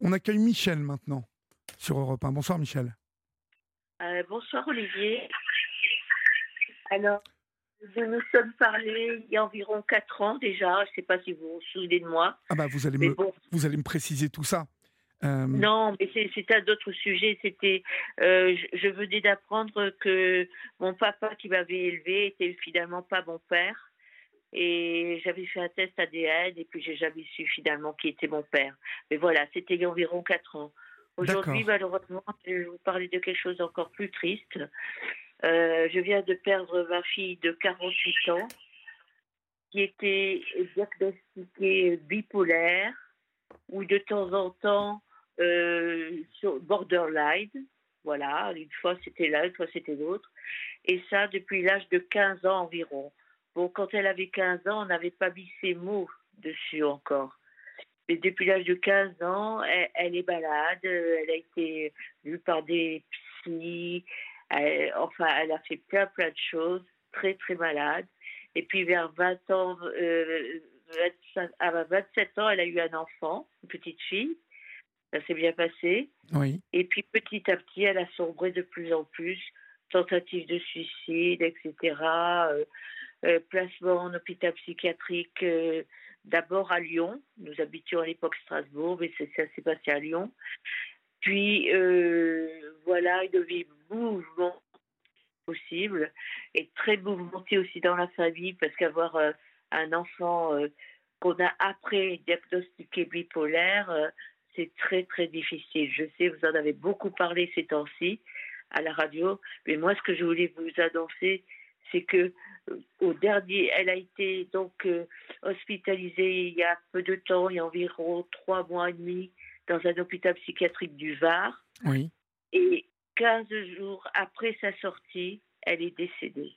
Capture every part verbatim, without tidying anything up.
On accueille Michel maintenant sur Europe un. Bonsoir Michel. Euh, bonsoir Olivier. Alors, nous nous sommes parlé il y a environ quatre ans déjà. Je ne sais pas si vous vous souvenez de moi. Ah bah vous allez Mais me, bon, vous allez me préciser tout ça. Euh, non, mais c'est- c'était un autre sujet. C'était, euh, je, je venais d'apprendre que mon papa qui m'avait élevé était finalement pas mon père. Et j'avais fait un test A D N et puis j'ai jamais su finalement qui était mon père. Mais voilà, c'était il y a environ quatre ans. Aujourd'hui, d'accord, malheureusement, je vais vous parler de quelque chose d'encore plus triste. Euh, je viens de perdre ma fille de quarante-huit ans qui était diagnostiquée bipolaire ou de temps en temps euh, sur borderline. Voilà, une fois c'était l'un, une fois c'était l'autre. Et ça depuis l'âge de quinze ans environ. Bon, quand elle avait quinze ans, on n'avait pas mis ces mots dessus encore. Mais depuis l'âge de quinze ans, elle, elle est malade. euh, Elle a été vue par des psys. Elle- enfin, elle a fait plein, plein de choses. Très, très malade. Et puis, vers vingt ans, euh, vingt-cinq à vingt-sept ans, elle a eu un enfant, une petite fille. Ça s'est bien passé. oui. Et puis, petit à petit, elle a sombré de plus en plus. Tentative de suicide, et cetera. Euh, euh, placement en hôpital psychiatrique, euh, d'abord à Lyon. Nous habitions à l'époque Strasbourg, mais c'est- ça s'est passé à Lyon. Puis, euh, voilà, une vie mouvement possible et très mouvementée aussi dans la famille parce qu'avoir euh, un enfant euh, qu'on a après diagnostiqué bipolaire, euh, c'est très très difficile. Je sais, vous en avez beaucoup parlé ces temps-ci à la radio, mais moi ce que je voulais vous annoncer, c'est que euh, au dernier, elle a été donc euh, hospitalisée il y a peu de temps, il y a environ trois mois et demi, dans un hôpital psychiatrique du Var. Oui. Et quinze jours après sa sortie, elle est décédée.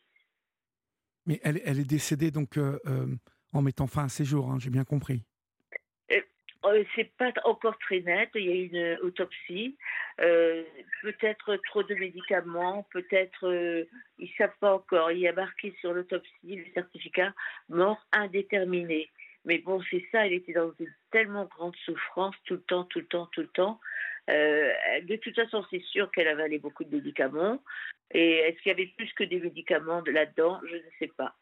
Mais elle, elle est décédée donc euh, euh, en mettant fin à ses jours, hein, j'ai bien compris. Euh, euh, c'est pas encore très net. Il y a eu une autopsie. Euh, peut-être trop de médicaments, peut-être euh, ils savent pas encore. Il y a marqué sur l'autopsie le certificat mort indéterminée. Mais bon, c'est ça. Elle était dans une tellement grande souffrance tout le temps, tout le temps, tout le temps. Euh, de toute façon, c'est sûr qu'elle avalait beaucoup de médicaments. Et est-ce qu'il y avait plus que des médicaments de là-dedans? Je ne sais pas.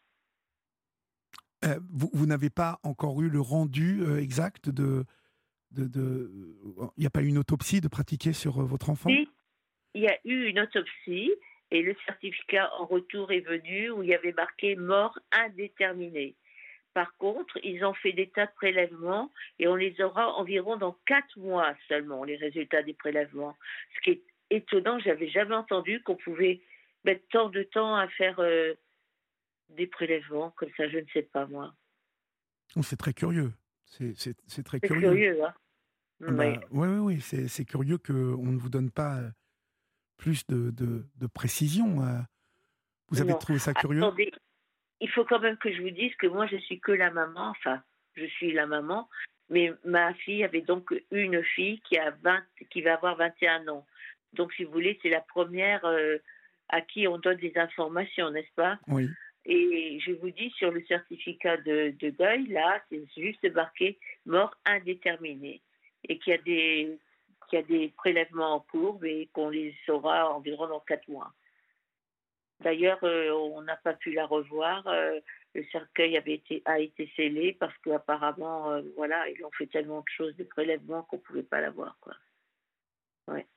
Euh, vous vous n'avez pas encore eu le rendu euh, exact de... de, de... Il n'y a pas eu une autopsie de pratiquer sur euh, votre enfant? Si, il y a eu une autopsie et le certificat en retour est venu où il y avait marqué mort indéterminée. Par contre, ils ont fait des tas de prélèvements et on les aura environ dans quatre mois seulement, les résultats des prélèvements. Ce qui est étonnant, j'avais jamais entendu qu'on pouvait mettre tant de temps à faire euh, des prélèvements comme ça, je ne sais pas moi. Oh, c'est très curieux. C'est c'est- c'est très C'est curieux. curieux, hein? Ah Oui. bah, oui, oui, oui, c'est c'est curieux qu'on ne vous donne pas euh, plus de, de, de précision. euh. Vous avez Non. trouvé ça curieux? Attendez, il faut quand même que je vous dise que moi, je suis que la maman, enfin, je suis la maman, mais ma fille avait donc une fille qui a vingt, qui va avoir vingt et un ans. Donc, si vous voulez, c'est la première euh, à qui on donne des informations, n'est-ce pas? Oui. Et je vous dis, sur le certificat de, de deuil, là, c'est juste marqué mort indéterminée. Et qu'il y a des, qu'il y a des prélèvements en cours, et qu'on les saura environ dans quatre mois. D'ailleurs, euh, on n'a pas pu la revoir. euh, le cercueil avait été, a été scellé parce qu'apparemment, euh, voilà, ils ont fait tellement de choses, de prélèvements qu'on ne pouvait pas la voir, quoi. Ouais.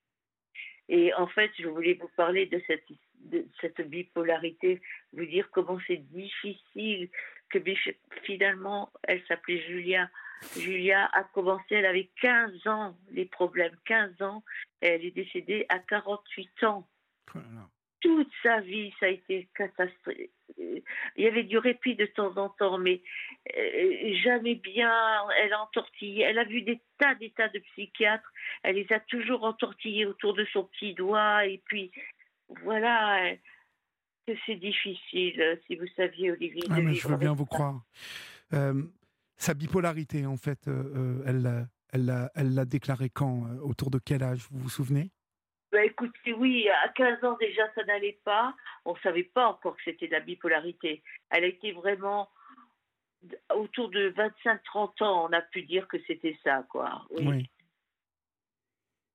Et en fait, je voulais vous parler de cette, de cette bipolarité, vous dire comment c'est difficile, que finalement, elle s'appelait Julia. Julia a commencé, elle avait quinze ans, les problèmes, quinze ans, et elle est décédée à quarante-huit ans. Oh là là. Toute sa vie, ça a été catastrophique. Il y avait du répit de temps en temps, mais euh, jamais bien. Elle a entortillé. Elle a vu des tas, des tas de psychiatres. Elle les a toujours entortillés autour de son petit doigt. Et puis, voilà, euh, que c'est difficile, euh, si vous saviez, Olivier, Ah, de mais je vivre veux avec bien vous ça. croire. Euh, Sa bipolarité, en fait, euh, euh, elle l'a elle l'a- elle l'a déclarée quand? euh, Autour de quel âge, vous vous souvenez? Ben, écoutez, oui, à quinze ans déjà, ça n'allait pas. On ne savait pas encore que c'était de la bipolarité. Elle a été vraiment autour de vingt-cinq trente ans, on a pu dire que c'était ça, quoi. Oui. Oui.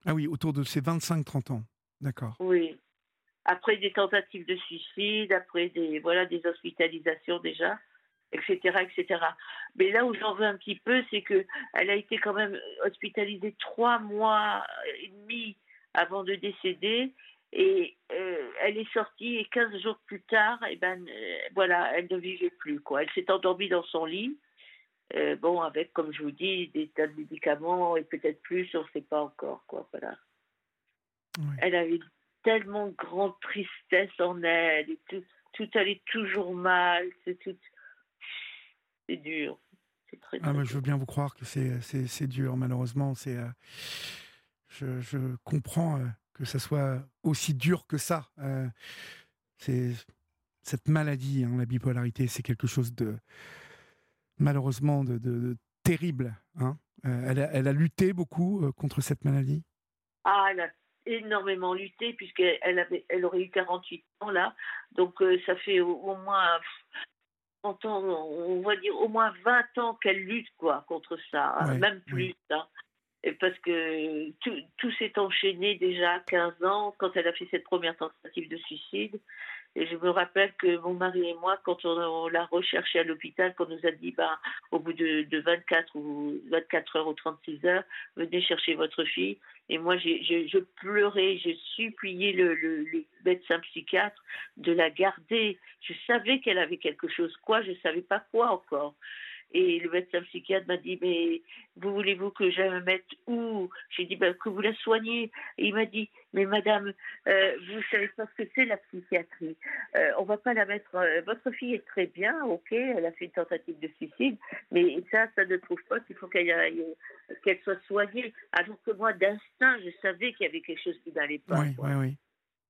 Ah oui, autour de ses vingt-cinq trente ans. D'accord. Oui. Après des tentatives de suicide, après des, voilà, des hospitalisations déjà, et cetera, et cetera. Mais là où j'en veux un petit peu, c'est que elle a été quand même hospitalisée trois mois et demi avant de décéder. Et euh, elle est sortie et quinze jours plus tard, eh ben, euh, voilà, elle ne vivait plus, quoi. Elle s'est endormie dans son lit. Euh, bon, avec, comme je vous dis, des tas de médicaments et peut-être plus, on ne sait pas encore, quoi. Voilà. Oui. Elle avait tellement grande tristesse en elle, et tout, tout allait toujours mal, c'est tout, c'est dur, c'est très Ah, très bah, je dur. veux bien vous croire que c'est c'est c'est dur, malheureusement. C'est, euh, je, je comprends euh, que ça soit aussi dur que ça. Euh, c'est cette maladie, hein, la bipolarité, c'est quelque chose de malheureusement de, de- de terrible. Hein. Euh, elle, a, elle a lutté beaucoup euh, contre cette maladie. Ah, elle a énormément lutté puisqu'elle avait, elle aurait eu quarante-huit ans là, donc euh, ça fait au, au moins trente ans, on va dire au moins vingt ans qu'elle lutte quoi contre ça, hein, Ouais, même oui. plus. Hein. Et parce que tout, tout s'est enchaîné déjà à quinze ans quand elle a fait cette première tentative de suicide. Et je me rappelle que mon mari et moi, quand on, on l'a recherché à l'hôpital, qu'on nous a dit, bah, au bout de, de vingt-quatre ou vingt-quatre heures ou trente-six heures, venez chercher votre fille. Et moi, j'ai, je, je pleurais, j'ai supplié le, le, le médecin psychiatre de la garder. Je savais qu'elle avait quelque chose, quoi, je ne savais pas quoi encore. Et le médecin psychiatre m'a dit, mais vous voulez-vous que je me mette où? J'ai dit, ben, que vous la soignez. Et il m'a dit, mais madame, euh, vous ne savez pas ce que c'est la psychiatrie. Euh, on ne va pas la mettre... euh, votre fille est très bien, ok, elle a fait une tentative de suicide, mais ça, ça ne prouve pas qu'il faut qu'elle, aille, qu'elle soit soignée. Alors que moi, d'instinct, je savais qu'il y avait quelque chose qui n'allait pas, Oui, oui, quoi. oui.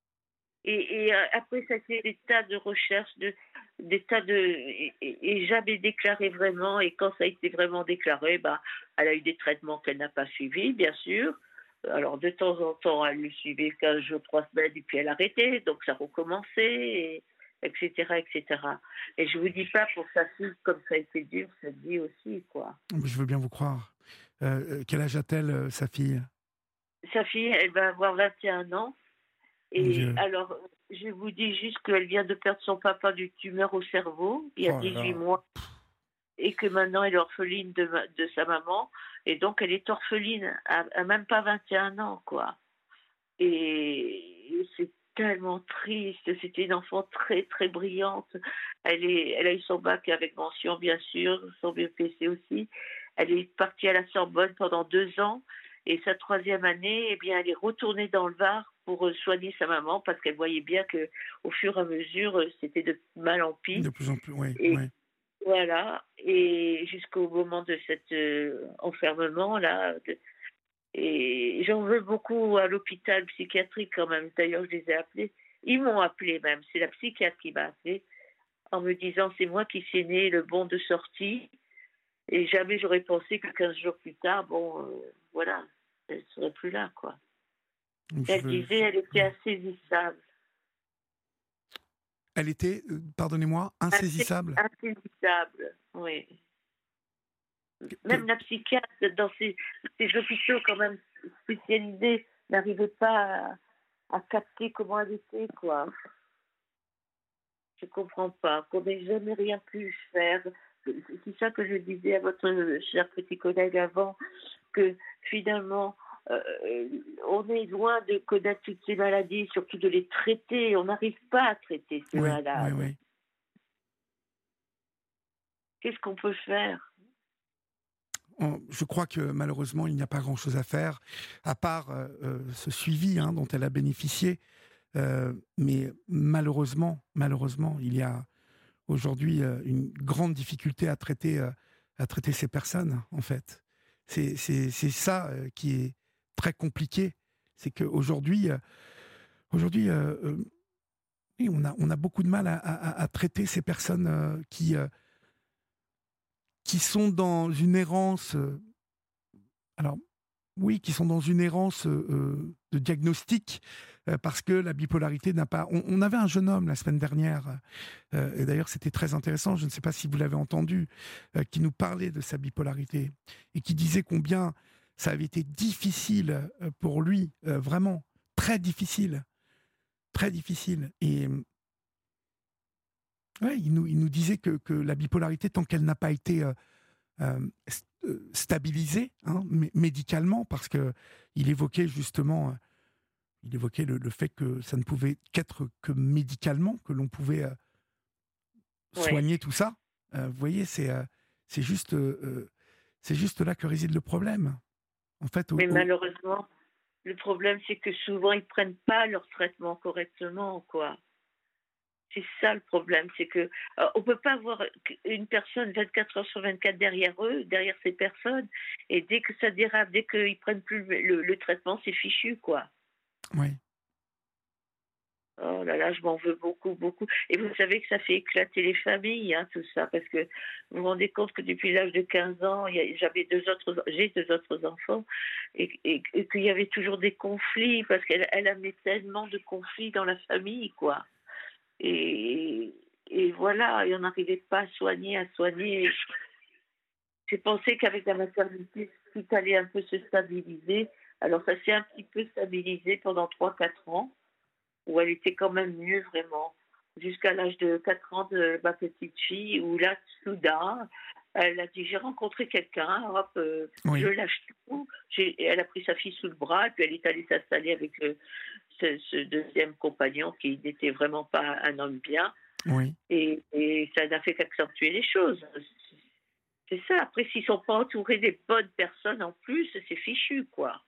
Et, et euh, après, ça fait des tas de recherches, de, des tas de. Et, et- et jamais déclaré vraiment. Et quand ça a été vraiment déclaré, bah, elle a eu des traitements qu'elle n'a pas suivis, bien sûr. Alors, de temps en temps, elle le suivait quinze jours, trois semaines, et puis elle arrêtait. Donc, ça recommençait, et, etc., et cetera. Et je vous dis pas pour sa fille, comme ça a été dur, ça dit aussi, quoi. Je veux bien vous croire. Euh, euh, quel âge a-t-elle, euh, sa fille? Sa fille, elle va avoir vingt et un ans. Mon Et Dieu. alors, je vous dis juste qu'elle vient de perdre son papa d'une tumeur au cerveau il y a Oh là dix-huit là. mois et que maintenant elle est orpheline de, ma- de sa maman. Et donc, elle est orpheline à, à même pas vingt et un ans, quoi. Et c'est tellement triste. C'était une enfant très, très brillante. Elle, est, elle a eu son bac avec mention, bien sûr, son B E P C aussi. Elle est partie à la Sorbonne pendant deux ans. Et sa troisième année, eh bien, elle est retournée dans le Var pour euh, soigner sa maman parce qu'elle voyait bien que, au fur et à mesure, euh, c'était de mal en pis. De plus en plus, oui, Et oui. voilà. Et jusqu'au moment de cet euh, enfermement là, de- et j'en veux beaucoup à l'hôpital psychiatrique quand même. D'ailleurs, je les ai appelés. Ils m'ont appelé même. C'est la psychiatre qui m'a appelé en me disant c'est moi qui suis né le bon de sortie. Et jamais j'aurais pensé que quinze jours plus tard, bon, euh, voilà, elle serait plus là, quoi. Je Elle veux, disait je- elle était oui. insaisissable. Elle était, euh, pardonnez-moi, Insais- insaisissable. Insaisissable, oui. Que- Même que- la psychiatre, dans ces, ces hôpitaux quand même spécialisés, n'arrivait pas à, à capter comment elle était, quoi. Je comprends pas, qu'on n'ait jamais rien pu faire. C'est c'est ça que je disais à votre cher petit collègue avant, que finalement, euh, on est loin de connaître toutes ces maladies, surtout de les traiter. On n'arrive pas à traiter ces oui, oui, malades. oui. Qu'est-ce qu'on peut faire? On- je crois que malheureusement, il n'y a pas grand-chose à faire, à part euh, euh, ce suivi hein, dont elle a bénéficié. Euh, mais malheureusement, malheureusement, il y a aujourd'hui euh, une grande difficulté à traiter, euh, à traiter ces personnes, en fait. C'est c'est- c'est ça euh, qui est très compliqué. C'est qu'aujourd'hui, euh, aujourd'hui, euh, euh, oui, on a, on a beaucoup de mal à, à- à traiter ces personnes euh, qui, euh, qui sont dans une errance. euh, alors, oui, qui sont dans une errance euh, euh, de diagnostic, euh, parce que la bipolarité n'a pas. On, on avait un jeune homme la semaine dernière, euh, et d'ailleurs c'était très intéressant, je ne sais pas si vous l'avez entendu, euh, qui nous parlait de sa bipolarité, et qui disait combien ça avait été difficile euh, pour lui, euh, vraiment, très difficile, très difficile. Et ouais, il nous, il nous disait que, que la bipolarité, tant qu'elle n'a pas été euh, euh, st- euh, stabilisée hein, mé- médicalement, parce que il évoquait justement, euh, il évoquait le, le fait que ça ne pouvait qu'être que médicalement que l'on pouvait euh, Ouais. soigner tout ça. Euh, vous voyez, c'est euh, c'est juste, euh, euh, c'est juste là que réside le problème. En fait, au, Mais au- malheureusement, le problème, c'est que souvent, ils prennent pas leur traitement correctement, quoi. C'est ça le problème, c'est que euh, on peut pas avoir une personne vingt-quatre heures sur vingt-quatre derrière eux, derrière ces personnes, et dès que ça dérape, dès qu'ils prennent plus le, le- le traitement, c'est fichu, quoi. ouais, Oh là là, je m'en veux beaucoup, beaucoup. Et vous savez que ça fait éclater les familles, hein, tout ça, parce que vous vous rendez compte que depuis l'âge de quinze ans, il y a- j'avais deux autres, j'ai deux autres enfants, et, et- et qu'il y avait toujours des conflits, parce qu'elle elle amenait tellement de conflits dans la famille, quoi. Et, et voilà, et on n'arrivait pas à soigner, à soigner. J'ai pensé qu'avec la maternité, tout allait un peu se stabiliser. Alors ça s'est un petit peu stabilisé pendant trois quatre ans, où elle était quand même mieux vraiment, jusqu'à l'âge de quatre ans de ma petite fille, où là, soudain, elle a dit, j'ai rencontré quelqu'un, hop, euh, je oui, lâche tout. J'ai- et elle a pris sa fille sous le bras, et puis elle est allée s'installer avec euh, ce, ce deuxième compagnon qui n'était vraiment pas un homme bien, oui. et, et ça n'a fait qu'accentuer les choses. C'est ça, après, s'ils ne sont pas entourés des bonnes personnes en plus, c'est fichu, quoi.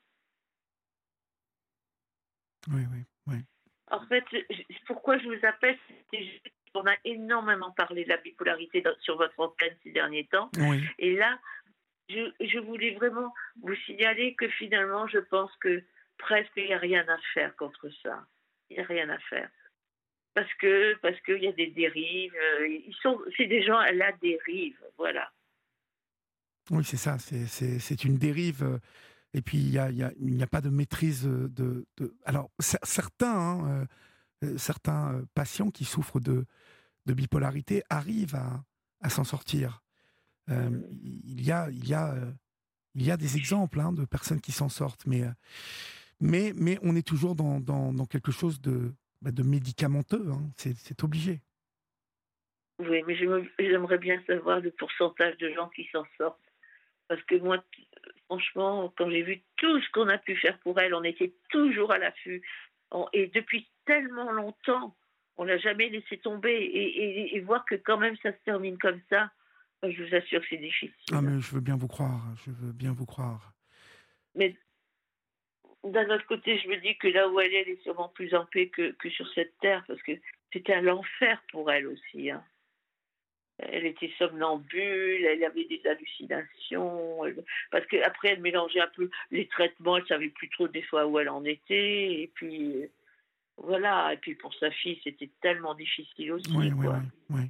Oui, oui, oui. En fait, je- pourquoi je vous appelle, c'est juste qu'on a énormément parlé de la bipolarité dans- sur votre antenne ces derniers temps. Oui, Et là, je, je voulais vraiment vous signaler que finalement, je pense que presque il n'y a rien à faire contre ça. Il n'y a rien à faire. Parce que parce qu'il y a des dérives. euh, Ils sont, c'est des gens à la dérive, voilà. oui, c'est ça. C'est, c'est, c'est une dérive. euh, Et puis, il y a, il y a- il n'y a pas de maîtrise euh, de. de- Alors, cer- certains, hein, euh, euh, certains euh, patients qui souffrent de, de bipolarité arrivent à, à s'en sortir. Euh, il y a, il y a, euh, il y a des exemples hein, de personnes qui s'en sortent, mais, euh, mais, mais on est toujours dans, dans, dans quelque chose de, bah, de médicamenteux. Hein. C'est, c'est obligé. Oui, mais je me- j'aimerais bien savoir le pourcentage de gens qui s'en sortent. Parce que moi, t- franchement, quand j'ai vu tout ce qu'on a pu faire pour elle, on était toujours à l'affût. On- Et depuis tellement longtemps, on l'a jamais laissé tomber. Et, et- et voir que quand même ça se termine comme ça, ben, je vous assure que c'est Ah, difficile. mais je veux bien vous croire. Je veux bien vous croire. Mais d'un autre côté, je me dis que là où elle est, elle est sûrement plus en paix que, que sur cette terre, parce que c'était un enfer pour elle aussi, hein. Elle était somnambule, elle avait des hallucinations, elle- parce qu'après elle mélangeait un peu les traitements, elle savait plus trop des fois où elle en était, et puis euh, voilà, et puis pour sa fille c'était tellement difficile Oui, aussi, oui, oui, quoi. oui.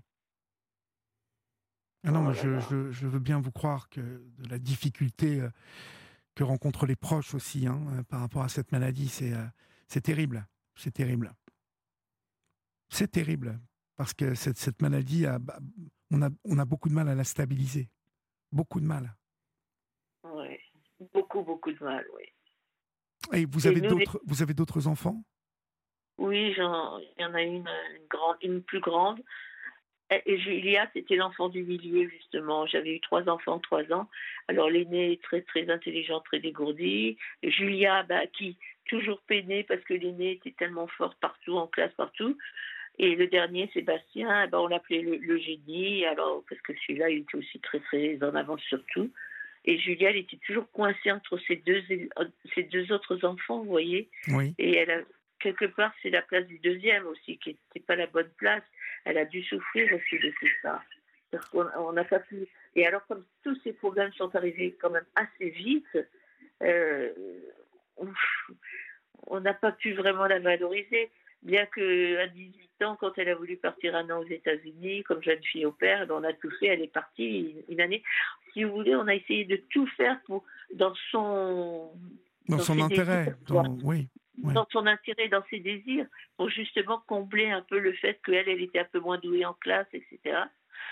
Ah non, Oh mais là je, là. je, je veux bien vous croire que de la difficulté euh, que rencontrent les proches aussi hein, euh, par rapport à cette maladie, c'est euh, c'est terrible. C'est terrible. C'est terrible. Parce que cette, cette maladie, a, bah, on, a, on a beaucoup de mal à la stabiliser. Beaucoup de mal. Ouais. Beaucoup, beaucoup de mal, oui. Et vous Et avez nous, les... d'autres, vous avez d'autres enfants? oui, j'en- il y en a une, une grande, une plus grande. Et et Julia, c'était l'enfant du milieu, justement. J'avais eu trois enfants, trois ans. Alors, l'aîné est très, très intelligent, très dégourdi. Julia, bah, qui, toujours peinée parce que l'aîné était tellement fort partout, en classe, partout. Et le dernier, Sébastien, eh ben, on l'appelait le, le génie, alors, parce que celui-là, il était aussi très, très en avance sur tout. Et Julia, elle était toujours coincée entre ces deux, ces deux autres enfants, vous voyez. Oui. Et elle a, quelque part, c'est la place du deuxième aussi, qui n'était pas la bonne place. Elle a dû souffrir aussi de tout ça. Parce qu'on on n'a pas pu. Et alors, comme tous ces problèmes sont arrivés quand même assez vite, euh, ouf, on n'a pas pu vraiment la valoriser. Bien qu'à dix-huit ans, quand elle a voulu partir un an aux États-Unis, comme jeune fille au père, on a tout fait, elle est partie une, une année. Si vous voulez, on a essayé de tout faire pour, dans son, Dans dans son ses désirs, intérêt. quoi. Dans, oui. Oui. Dans son intérêt, dans ses désirs, pour justement combler un peu le fait qu'elle, elle était un peu moins douée en classe, et cetera.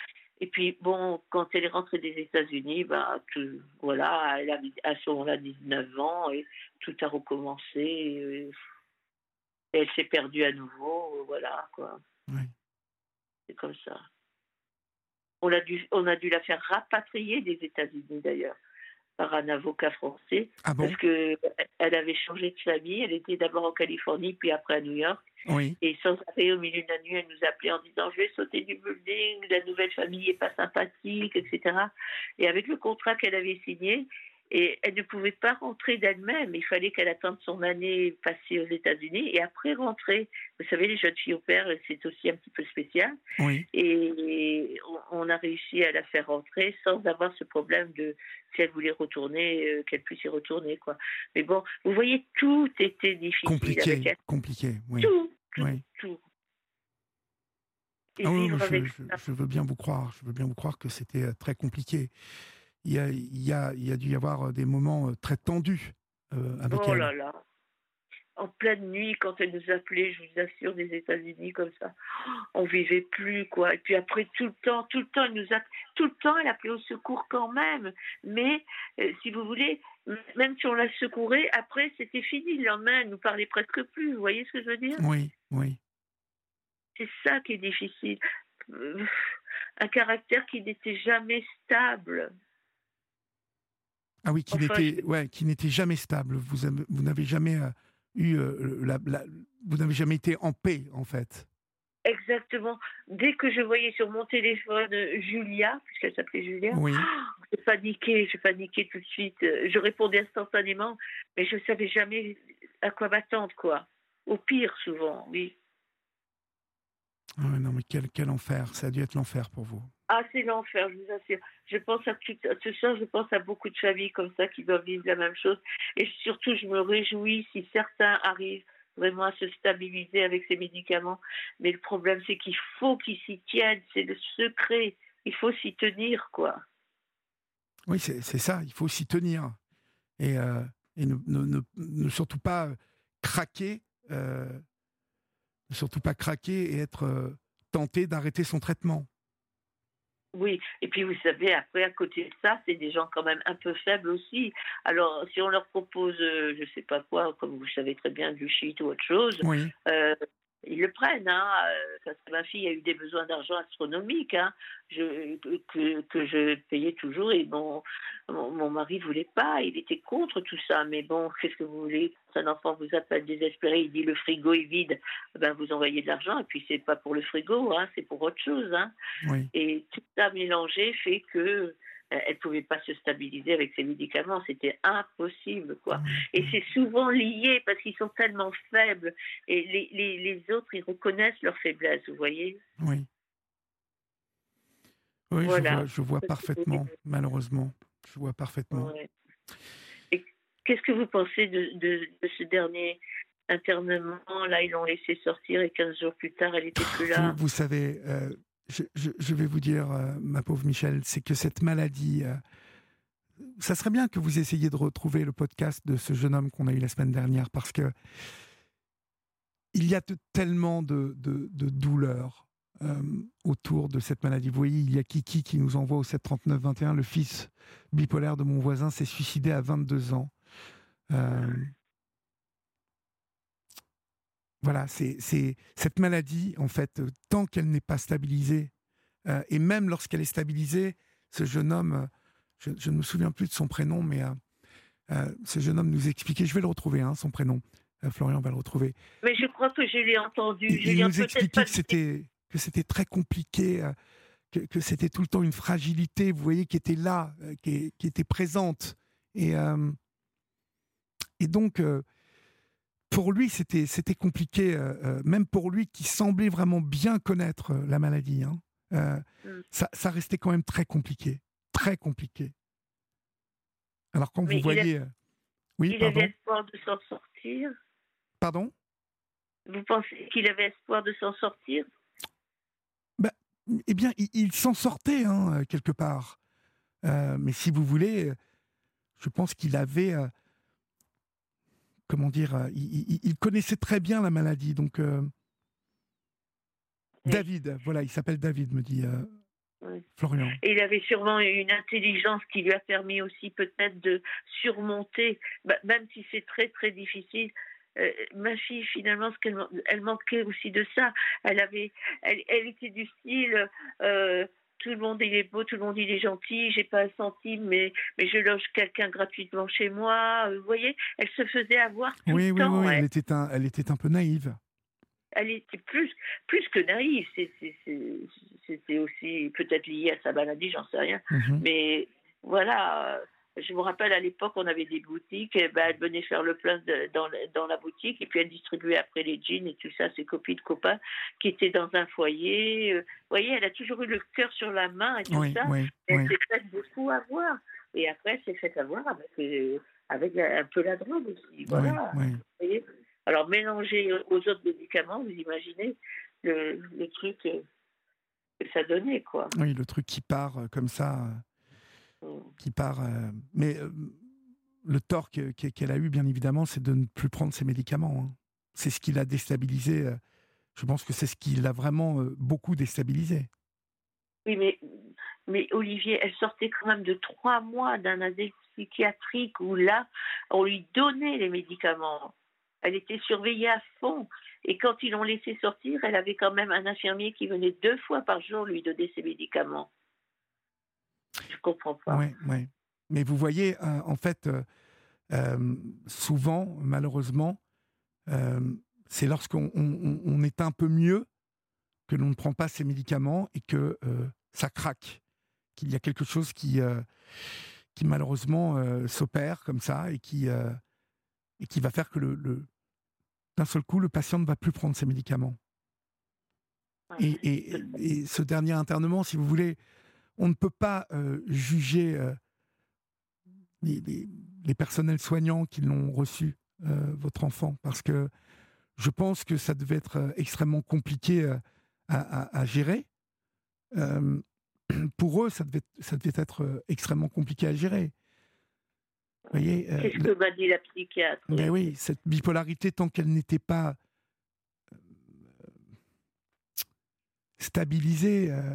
Et puis, bon, quand elle est rentrée des États-Unis, bah, tout, voilà, elle avait à ce moment-là dix-neuf ans et tout a recommencé. Et, et elle s'est perdue à nouveau, voilà, quoi. Oui. C'est comme ça. On a dû, on a dû la faire rapatrier des États-Unis, d'ailleurs, par un avocat français, Ah parce bon? que elle avait changé de famille. Elle était d'abord en Californie, puis après à New York. Oui. Et sans arrêt, au milieu de la nuit, elle nous appelait en disant « Je vais sauter du building, la nouvelle famille n'est pas sympathique, et cetera » Et avec le contrat qu'elle avait signé, et elle ne pouvait pas rentrer d'elle-même. Il fallait qu'elle attende son année passée aux États-Unis et après rentrer. Vous savez, les jeunes filles au père, c'est aussi un petit peu spécial. Oui. Et on a réussi à la faire rentrer sans avoir ce problème de si elle voulait retourner, euh, qu'elle puisse y retourner, quoi. Mais bon, vous voyez, tout était difficile Compliqué, avec elle. compliqué, oui. Tout, tout, Oui. tout. Et Ah oui, vivre je, avec je, ça. je veux bien vous croire. Je veux bien vous croire que c'était euh, très compliqué. Il y a, il y a, il y a dû y avoir euh, des moments euh, très tendus euh, avec Oh elle. là là. En pleine nuit, quand elle nous appelait, je vous assure, des États-Unis comme ça, on vivait plus, quoi. Et puis après, tout le temps, tout le temps, elle nous a, tout le temps, elle appelait au secours quand même. Mais, euh, si vous voulez, m- même si on la secourait, après, c'était fini. Le lendemain, elle nous parlait presque plus. Vous voyez ce que je veux dire? Oui, oui. C'est ça qui est difficile. Euh, Un caractère qui n'était jamais stable. Ah oui, qui Enfin, n'était, je- ouais, qui n'était jamais stable. Vous, avez- vous n'avez jamais euh, eu, euh, la, la- vous n'avez jamais été en paix, en fait. exactement. Dès que je voyais sur mon téléphone euh, Julia, puisqu'elle s'appelait Julia, Oui, je paniquais, je paniquais tout de suite. Euh, Je répondais instantanément, mais je ne savais jamais à quoi m'attendre, quoi. Au pire, souvent, oui. ah ouais, non, mais quel, quel enfer. Ça a dû être l'enfer pour vous. Ah, c'est l'enfer, je vous assure. Je pense à tout, à tout ça, je pense à beaucoup de familles comme ça qui doivent vivre la même chose. Et surtout, je me réjouis si certains arrivent vraiment à se stabiliser avec ces médicaments. Mais le problème, c'est qu'il faut qu'ils s'y tiennent. C'est le secret. Il faut s'y tenir, quoi. Oui, c'est c'est ça. Il faut s'y tenir. Et, euh, et ne, ne, ne, ne surtout pas euh, craquer, euh, ne surtout pas craquer et être euh, tenté d'arrêter son traitement. Oui, et puis vous savez, après, à côté de ça, c'est des gens quand même un peu faibles aussi. Alors, si on leur propose, euh, je sais pas quoi, comme vous le savez très bien, du shit ou autre chose, Oui, euh, ils le prennent. Hein. Euh, parce que ma fille a eu des besoins d'argent astronomiques, hein, je, que, que je payais toujours, et mon, mon, mon mari voulait pas, il était contre tout ça. Mais bon, qu'est-ce que vous voulez? Quand un enfant vous appelle désespéré, il dit le frigo est vide, ben vous envoyez de l'argent, et puis c'est pas pour le frigo, hein, c'est pour autre chose. Hein. oui. Et tout ça mélangé fait que euh, elle pouvait pas se stabiliser avec ses médicaments, c'était impossible, quoi. Oui, Et oui, c'est souvent lié parce qu'ils sont tellement faibles et les, les, les autres ils reconnaissent leur faiblesse, vous voyez. oui. Oui, je vois, Voilà. je vois parfaitement, malheureusement. Je vois parfaitement. Ouais. Et qu'est-ce que vous pensez de, de, de ce dernier internement? Là, ils l'ont laissé sortir et quinze jours plus tard, elle n'était plus Vous, là. vous savez, euh, je, je, je vais vous dire, euh, ma pauvre Michel, c'est que cette maladie, euh, ça serait bien que vous essayiez de retrouver le podcast de ce jeune homme qu'on a eu la semaine dernière, parce que il y a de- tellement de, de, de douleurs euh, autour de cette maladie. Vous voyez, il y a Kiki qui nous envoie au sept trente-neuf vingt et un, le fils bipolaire de mon voisin s'est suicidé à vingt-deux ans. Euh, voilà, c'est c'est- cette maladie, en fait, euh, tant qu'elle n'est pas stabilisée, euh, et même lorsqu'elle est stabilisée, ce jeune homme, euh, je, je ne me souviens plus de son prénom, mais euh, euh, ce jeune homme nous expliquait, je vais le retrouver, hein, son prénom, euh, Florian va le retrouver. Mais je crois que je l'ai entendu. Il, Je il l'ai nous peut-être expliquait pas. que c'était que c'était très compliqué, euh, que, que c'était tout le temps une fragilité, vous voyez, qui était là, euh, qui, qui était présente, et euh, et donc euh, pour lui c'était c'était compliqué, euh, euh, même pour lui qui semblait vraiment bien connaître euh, la maladie. Hein, euh, Hmm. ça, ça restait quand même très compliqué, très compliqué. Alors quand vous Mais il, a, voyez, euh, oui, il avait pardon, espoir de s'en sortir. pardon, Vous pensez qu'il avait espoir de s'en sortir? bah, eh bien il, il s'en sortait, hein, euh, quelque part. Euh, mais si vous voulez, euh, je pense qu'il avait euh, comment dire, euh, il, il- il connaissait très bien la maladie. Donc, euh, Oui. David, voilà, il s'appelle David, me dit. euh, Ouais. Florian. Et il avait sûrement une intelligence qui lui a permis aussi peut-être de surmonter, bah, même si c'est très très difficile. Euh, ma fille, finalement, ce qu'elle elle manquait aussi de ça. Elle avait, elle, elle était du style, euh, tout le monde il est beau, tout le monde il est gentil. J'ai pas un centime, mais mais je loge quelqu'un gratuitement chez moi. Euh, Vous voyez, elle se faisait avoir tout le Oui, oui, oui, temps. oui, elle Elle, était un, elle était un peu naïve. elle était plus plus que naïve. C'est- c'est- c'est- C'était aussi peut-être lié à sa maladie, j'en sais rien. Mhm. Mais voilà, euh, je me rappelle à l'époque, on avait des boutiques, et ben, elle venait faire le plein de- dans, le- dans la boutique et puis elle distribuait après les jeans et tout ça, ses copines, copains qui étaient dans un foyer. Euh, Vous voyez, elle a toujours eu le cœur sur la main et tout Oui, ça. oui, Et elle oui, s'est faite beaucoup avoir. Et après, elle s'est faite avoir avec, euh, avec un peu la drogue aussi. oui, Voilà. oui. Vous voyez, alors, mélangé aux autres médicaments, vous imaginez le, le truc euh, que ça donnait, quoi. Oui, le truc qui part euh, comme ça, euh, Mm. qui part. euh, Mais euh, le tort que- que- qu'elle a eu, bien évidemment, c'est de ne plus prendre ses médicaments, hein. C'est ce qui l'a déstabilisé. euh, Je pense que c'est ce qui l'a vraiment euh, beaucoup déstabilisé. Oui, mais, mais Olivier, elle sortait quand même de trois mois d'un asile psychiatrique où là, on lui donnait les médicaments. Elle était surveillée à fond. Et quand ils l'ont laissée sortir, elle avait quand même un infirmier qui venait deux fois par jour lui donner ses médicaments. Je comprends pas. Oui, oui. Mais vous voyez, euh, en fait, euh, euh, souvent, malheureusement, euh, c'est lorsqu'on on, on- on est un peu mieux que l'on ne prend pas ses médicaments et que euh, ça craque, qu'il y a quelque chose qui, euh, qui malheureusement euh, s'opère comme ça et qui, euh, et qui va faire que le, le- d'un seul coup, le patient ne va plus prendre ses médicaments. Et, et- et ce dernier internement, si vous voulez, on ne peut pas euh, juger euh, les, les- les personnels soignants qui l'ont reçu, euh, votre enfant, parce que je pense que ça devait être euh, extrêmement compliqué euh, à, à- à gérer. Euh, pour eux, ça devait, ça devait être euh, extrêmement compliqué à gérer. Vous voyez, euh, C'est ce le- que m'a dit la psychiatre. ben Oui. oui, cette bipolarité, tant qu'elle n'était pas stabilisée, euh,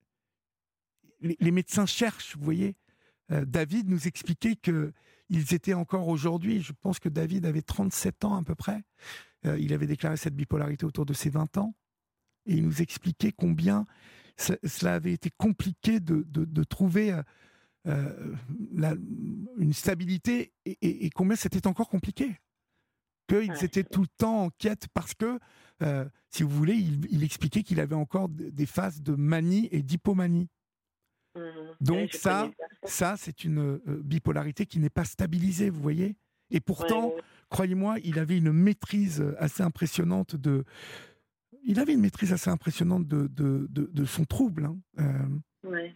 les, les médecins cherchent, vous voyez. Euh, David nous expliquait que ils étaient encore aujourd'hui, je pense que David avait trente-sept ans à peu près, euh, il avait déclaré cette bipolarité autour de ses vingt ans, et il nous expliquait combien ce- cela avait été compliqué de, de, de trouver euh, euh, la- une stabilité, et, et- et combien c'était encore compliqué. Qu'ils Ouais. étaient tout le temps en quête parce que, euh, si vous voulez, il, il expliquait qu'il avait encore d- des phases de manie et d'hypomanie. Mhm. Ouais, Donc je connais ça, bien ça. ça c'est une euh, bipolarité qui n'est pas stabilisée, vous voyez. Et Ouais, pourtant, ouais, croyez-moi, il avait une maîtrise assez impressionnante de, il avait une maîtrise assez impressionnante de, de, de, de son trouble, hein. Euh, ouais.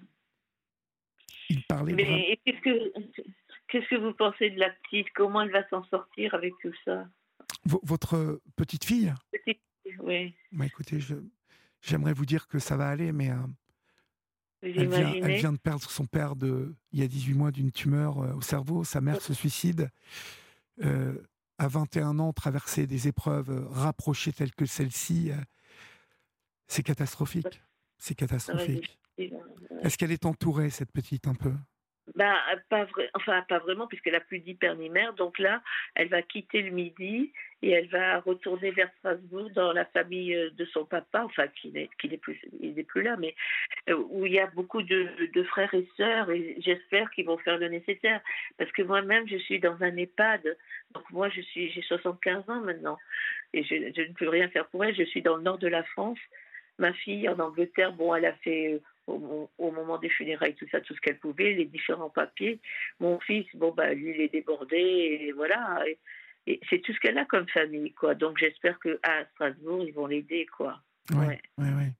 il parlait vraiment. Mais qu'est-ce que qu'est-ce que vous pensez de la petite? Comment elle va s'en sortir avec tout ça? V- votre petite fille, Petite, oui. bah, écoutez, je, j'aimerais vous dire que ça va aller, mais euh, Vous elle vient, elle imaginez? vient de perdre son père de, il y a dix-huit mois d'une tumeur euh, au cerveau. Sa mère se suicide. Euh, à vingt et un ans, traverser des épreuves euh, rapprochées telles que celle-ci, euh, c'est catastrophique. C'est Ça va être catastrophique. difficile, hein. Ouais. Est-ce qu'elle est entourée, cette petite, un peu? Ben, pas vrai, enfin pas vraiment puisqu'elle a plus d'hypernimaire. Donc là, elle va quitter le Midi et elle va retourner vers Strasbourg dans la famille euh, de son papa, enfin qui n'est qui n'est plus il n'est plus là, mais euh, où il y a beaucoup de, de frères et sœurs et j'espère qu'ils vont faire le nécessaire parce que moi-même je suis dans un EHPAD. Donc moi je suis j'ai soixante-quinze ans maintenant et je, je ne peux rien faire pour elle. Je suis dans le nord de la France. Ma fille en Angleterre, bon, elle a fait euh, au, au moment des funérailles, tout ça, tout ce qu'elle pouvait, les différents papiers. Mon fils, bon, bah, lui, il est débordé, et voilà. Et, et c'est tout ce qu'elle a comme famille, quoi. Donc, j'espère qu'à Strasbourg, ils vont l'aider, quoi. Oui, Ouais. oui, oui.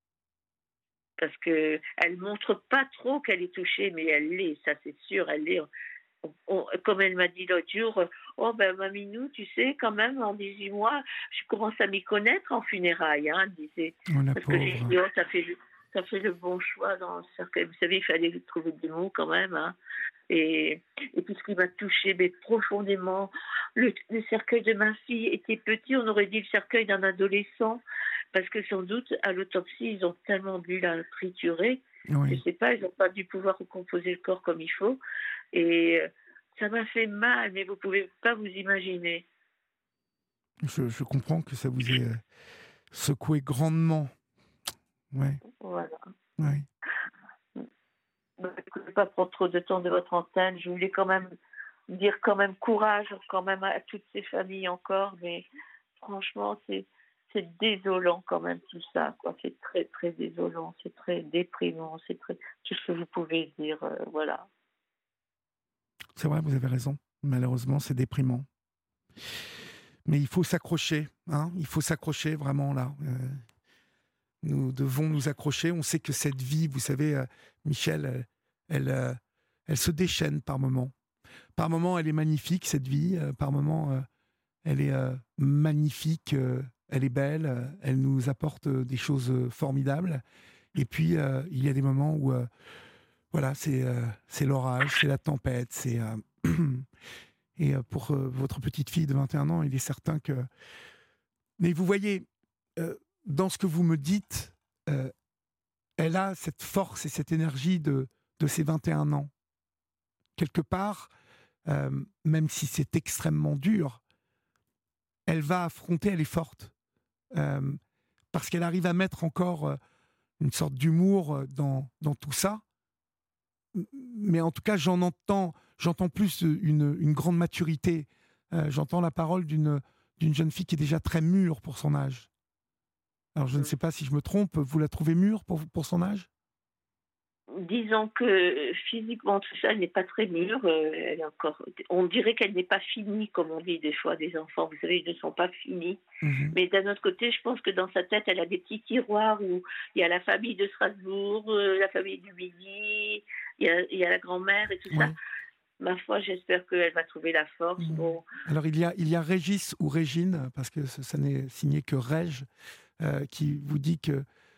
Parce qu'elle ne montre pas trop qu'elle est touchée, mais elle l'est, ça, c'est sûr, elle l'est. On- on- comme elle m'a dit l'autre jour, oh ben Maminou, tu sais, quand même, en dix-huit mois, je commence à m'y connaître en funérailles, hein, elle disait. Oh, la Parce que j'ai pauvre. dit, oh, t'as fait, le- t'as fait le bon choix dans le cercueil. Vous savez, il fallait trouver des mots quand même, hein. Et, et puis ce qui m'a touchée mais profondément, le, le cercueil de ma fille était petit, on aurait dit le cercueil d'un adolescent, parce que sans doute, à l'autopsie, ils ont tellement dû la triturer Je Oui. sais pas, ils n'ont pas dû pouvoir recomposer le corps comme il faut. Et euh, ça m'a fait mal, mais vous pouvez pas vous imaginer. Je, je comprends que ça vous ait euh, secoué grandement. Ouais, Voilà. ouais. Bah, écoutez, je ne vais pas prendre trop de temps de votre antenne. Je voulais quand même dire quand même courage quand même à toutes ces familles encore, mais franchement, c'est c'est désolant quand même tout ça, quoi. C'est très très désolant, c'est très déprimant, c'est très tout ce que vous pouvez dire, euh, voilà. C'est vrai, vous avez raison. Malheureusement, c'est déprimant. Mais il faut s'accrocher, hein. Il faut s'accrocher vraiment là. Euh, nous devons nous accrocher. On sait que cette vie, vous savez, euh, Michel, elle, elle, euh, elle se déchaîne par moments. Par moments, elle est magnifique, cette vie. Euh, par moments, euh, elle est euh, magnifique, euh, elle est belle, euh, elle nous apporte euh, des choses euh, formidables. Et puis, euh, il y a des moments où, euh, voilà, c'est euh, c'est l'orage, c'est la tempête, c'est... euh, et euh, pour euh, votre petite fille de vingt et un ans, il est certain que... Mais vous voyez, euh, dans ce que vous me dites, euh, elle a cette force et cette énergie de, de ses vingt et un ans. Quelque part, euh, même si c'est extrêmement dur, elle va affronter, elle est forte. Euh, parce qu'elle arrive à mettre encore euh, une sorte d'humour euh, dans, dans tout ça. M- Mais en tout cas, j'en entends, j'entends plus une, une grande maturité. Euh, j'entends la parole d'une, d'une jeune fille qui est déjà très mûre pour son âge. Alors, je ne sais pas si je me trompe, vous la trouvez mûre pour, pour son âge? Disons que euh, physiquement tout ça, elle n'est pas très mûre. euh, elle est encore, on dirait qu'elle n'est pas finie, comme on dit des fois des enfants. Vous savez, ils ne sont pas finis. Mhm. Mais d'un autre côté, je pense que dans sa tête, elle a des petits tiroirs où il y a la famille de Strasbourg, euh, la famille du Midi, il y a, il y a la grand-mère et tout ça. Oui. Ma foi, j'espère qu'elle va trouver la force. Mhm. Bon, Alors, il y, a, il y a Régis ou Régine, parce que ça, ça n'est signé que Rég, euh, qui vous dit que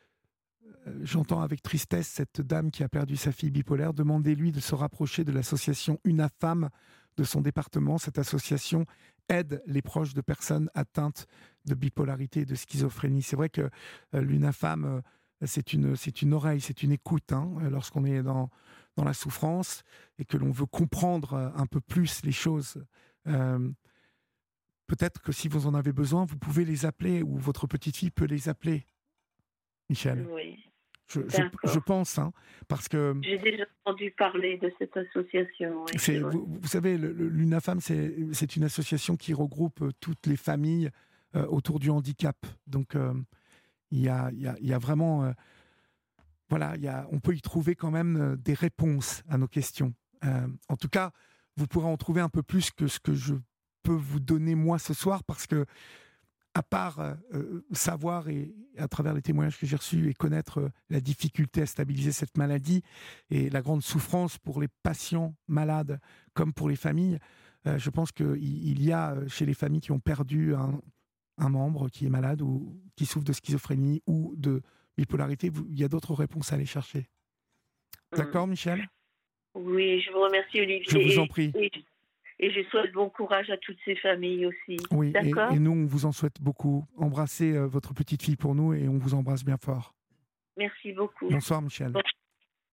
euh, j'entends avec tristesse cette dame qui a perdu sa fille bipolaire. Demandez-lui de se rapprocher de l'association UNAFAM de son département. Cette association aide les proches de personnes atteintes de bipolarité et de schizophrénie. C'est vrai que euh, l'UNAFAM, euh, c'est une, c'est une oreille, c'est une écoute, hein, lorsqu'on est dans, dans la souffrance et que l'on veut comprendre euh, un peu plus les choses. Euh, Peut-être que si vous en avez besoin, vous pouvez les appeler ou votre petite fille peut les appeler, Michel. oui, Je, je, je d'accord. pense, hein, parce que J'ai déjà entendu parler de cette association, oui, c'est c'est, vrai. vous, vous savez, le- le- l'UNAFAM, c'est, c'est une association qui regroupe euh, toutes les familles euh, autour du handicap. Donc, euh, il y, a, il y, a, il y a vraiment, euh, voilà, il y a, on peut y trouver quand même euh, des réponses à nos questions. Euh, en tout cas, vous pourrez en trouver un peu plus que ce que je peux vous donner moi ce soir, parce que à part euh, euh, savoir et à travers les témoignages que j'ai reçus et connaître euh, la difficulté à stabiliser cette maladie et la grande souffrance pour les patients malades comme pour les familles, euh, je pense qu'il il y a euh, chez les familles qui ont perdu un, un membre qui est malade ou qui souffre de schizophrénie ou de bipolarité, vous- il y a d'autres réponses à aller chercher. Hum. D'accord, Michel? Oui, je vous remercie, Je vous en Olivier. prie. Et, et, et je souhaite bon courage à toutes ces familles aussi. Oui, et, D'accord? et nous, on vous en souhaite beaucoup. Embrassez euh, votre petite fille pour nous et on vous embrasse bien fort. Merci beaucoup. Bonsoir, Michel. Bonne